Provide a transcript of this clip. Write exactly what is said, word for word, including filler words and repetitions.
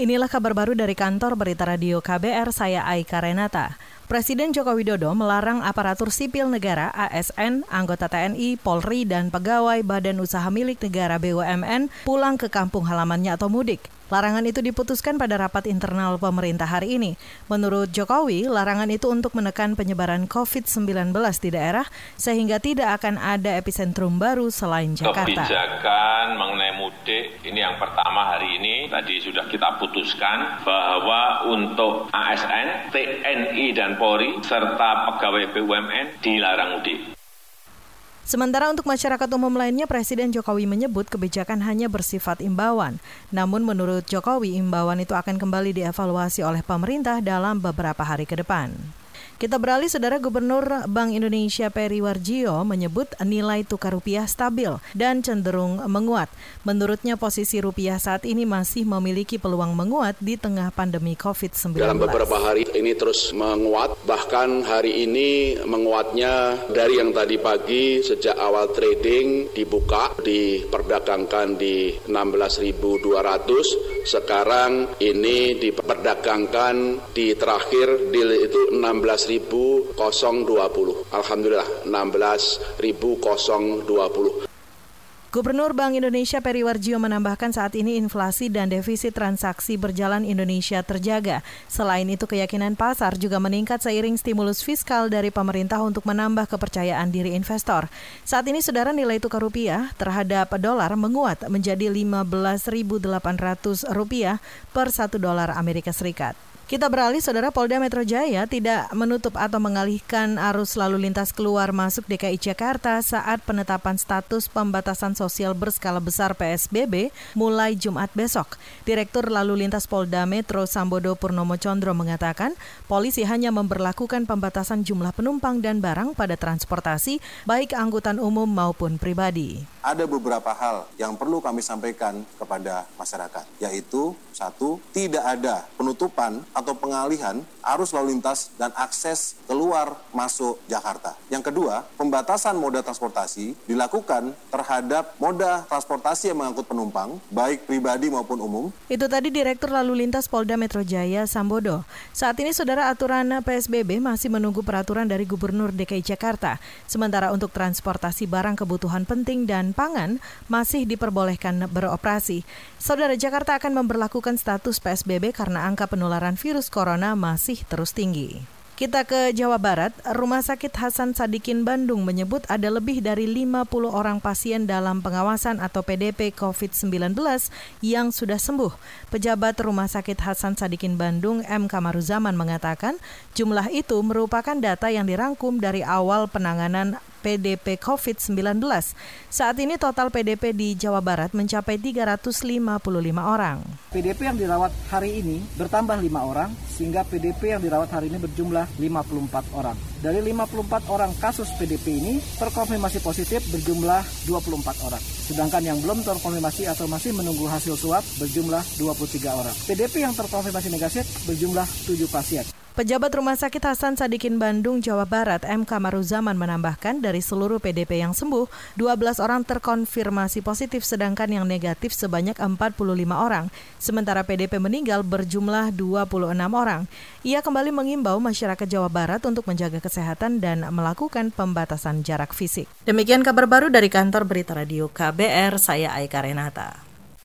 Inilah kabar baru dari kantor Berita Radio K B R, saya Aika Renata. Presiden Joko Widodo melarang aparatur sipil negara A S N, anggota T N I, Polri, dan pegawai Badan Usaha Milik Negara B U M N pulang ke kampung halamannya atau mudik. Larangan itu diputuskan pada rapat internal pemerintah hari ini. Menurut Jokowi, larangan itu untuk menekan penyebaran covid sembilan belas di daerah sehingga tidak akan ada epicentrum baru selain Jakarta. Kebijakan mengenai mudik ini yang pertama hari ini tadi sudah kita putuskan bahwa untuk A S N, T N I dan Polri serta pegawai B U M N dilarang mudik. Sementara untuk masyarakat umum lainnya, Presiden Jokowi menyebut kebijakan hanya bersifat imbauan. Namun menurut Jokowi, imbauan itu akan kembali dievaluasi oleh pemerintah dalam beberapa hari ke depan. Kita beralih, Saudara. Gubernur Bank Indonesia Peri Warjio menyebut nilai tukar rupiah stabil dan cenderung menguat. Menurutnya posisi rupiah saat ini masih memiliki peluang menguat di tengah pandemi covid sembilan belas. Dalam beberapa hari ini terus menguat, bahkan hari ini menguatnya dari yang tadi pagi sejak awal trading dibuka, diperdagangkan di enam belas ribu dua ratus, sekarang ini diperdagangkan di terakhir deal itu enam belas ribu dua puluh. Alhamdulillah enam belas ribu dua puluh. Gubernur Bank Indonesia Peri Warjio menambahkan saat ini inflasi dan defisit transaksi berjalan Indonesia terjaga. Selain itu, keyakinan pasar juga meningkat seiring stimulus fiskal dari pemerintah untuk menambah kepercayaan diri investor. Saat ini, Saudara, nilai tukar rupiah terhadap dolar menguat menjadi lima belas ribu delapan ratus rupiah per satu dolar Amerika Serikat. Kita beralih, Saudara. Polda Metro Jaya tidak menutup atau mengalihkan arus lalu lintas keluar masuk D K I Jakarta saat penetapan status pembatasan sosial berskala besar P S B B mulai Jumat besok. Direktur Lalu Lintas Polda Metro Sambodo Purnomo Condro mengatakan, polisi hanya memberlakukan pembatasan jumlah penumpang dan barang pada transportasi, baik angkutan umum maupun pribadi. Ada beberapa hal yang perlu kami sampaikan kepada masyarakat, yaitu satu, tidak ada penutupan atau pengalihan arus lalu lintas dan akses keluar masuk Jakarta. Yang kedua, pembatasan moda transportasi dilakukan terhadap moda transportasi yang mengangkut penumpang, baik pribadi maupun umum. Itu tadi Direktur Lalu Lintas Polda Metro Jaya Sambodo. Saat ini, Saudara, aturan P S B B masih menunggu peraturan dari Gubernur D K I Jakarta. Sementara untuk transportasi barang kebutuhan penting dan pangan masih diperbolehkan beroperasi. Saudara, Jakarta akan memberlakukan status P S B B karena angka penularan virus corona masih terus tinggi. Kita ke Jawa Barat. Rumah Sakit Hasan Sadikin Bandung menyebut ada lebih dari lima puluh orang pasien dalam pengawasan atau P D P covid sembilan belas yang sudah sembuh. Pejabat Rumah Sakit Hasan Sadikin Bandung M. Kamaruzaman mengatakan jumlah itu merupakan data yang dirangkum dari awal penanganan P D P covid sembilan belas. Saat ini total P D P di Jawa Barat mencapai tiga ratus lima puluh lima orang. P D P yang dirawat hari ini bertambah lima orang, sehingga P D P yang dirawat hari ini berjumlah lima puluh empat orang. Dari lima puluh empat orang kasus P D P ini, terkonfirmasi positif berjumlah dua puluh empat orang. Sedangkan yang belum terkonfirmasi atau masih menunggu hasil swab berjumlah dua puluh tiga orang. P D P yang terkonfirmasi negatif berjumlah tujuh pasien. Pejabat Rumah Sakit Hasan Sadikin Bandung, Jawa Barat, M. Kamaruzaman menambahkan dari seluruh P D P yang sembuh, dua belas orang terkonfirmasi positif sedangkan yang negatif sebanyak empat puluh lima orang. Sementara P D P meninggal berjumlah dua puluh enam orang. Ia kembali mengimbau masyarakat Jawa Barat untuk menjaga kesehatan dan melakukan pembatasan jarak fisik. Demikian kabar baru dari kantor Berita Radio K B R, saya Aika Renata.